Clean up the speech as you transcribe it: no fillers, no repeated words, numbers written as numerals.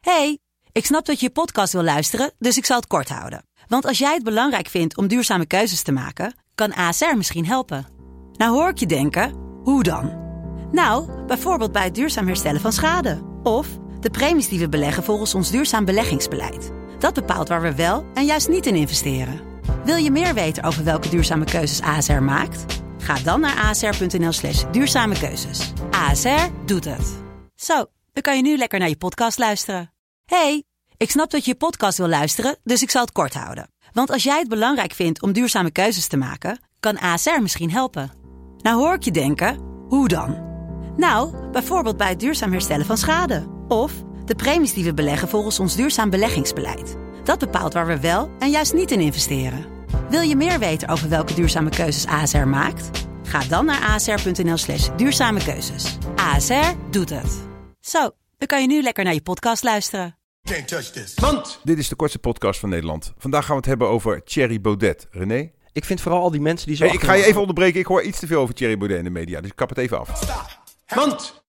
Hey, ik snap dat je je podcast wil luisteren, dus ik zal het kort houden. Want als jij het belangrijk vindt om duurzame keuzes te maken, kan ASR misschien helpen. Nou hoor ik je denken, hoe dan? Nou, bijvoorbeeld bij het duurzaam herstellen van schade. Of de premies die we beleggen volgens ons duurzaam beleggingsbeleid. Dat bepaalt waar we wel en juist niet in investeren. Wil je meer weten over welke duurzame keuzes ASR maakt? Ga dan naar asr.nl/duurzame keuzes. ASR doet het. Zo, dan kan je nu lekker naar je podcast luisteren. Hey, ik snap dat je je podcast wil luisteren, dus ik zal het kort houden. Want als jij het belangrijk vindt om duurzame keuzes te maken, kan ASR misschien helpen. Nou hoor ik je denken, hoe dan? Nou, bijvoorbeeld bij het duurzaam herstellen van schade. Of de premies die we beleggen volgens ons duurzaam beleggingsbeleid. Dat bepaalt waar we wel en juist niet in investeren. Wil je meer weten over welke duurzame keuzes ASR maakt? Ga dan naar asr.nl/duurzame keuzes. ASR doet het. Zo, dan kan je nu lekker naar je podcast luisteren. Can't touch this. Want dit is de kortste podcast van Nederland. Vandaag gaan we het hebben over Thierry Baudet. René? Ik vind vooral al die mensen die zo... Hey, ik ga je even onderbreken. Ik hoor iets te veel over Thierry Baudet in de media, dus ik kap het even af. Stop. Want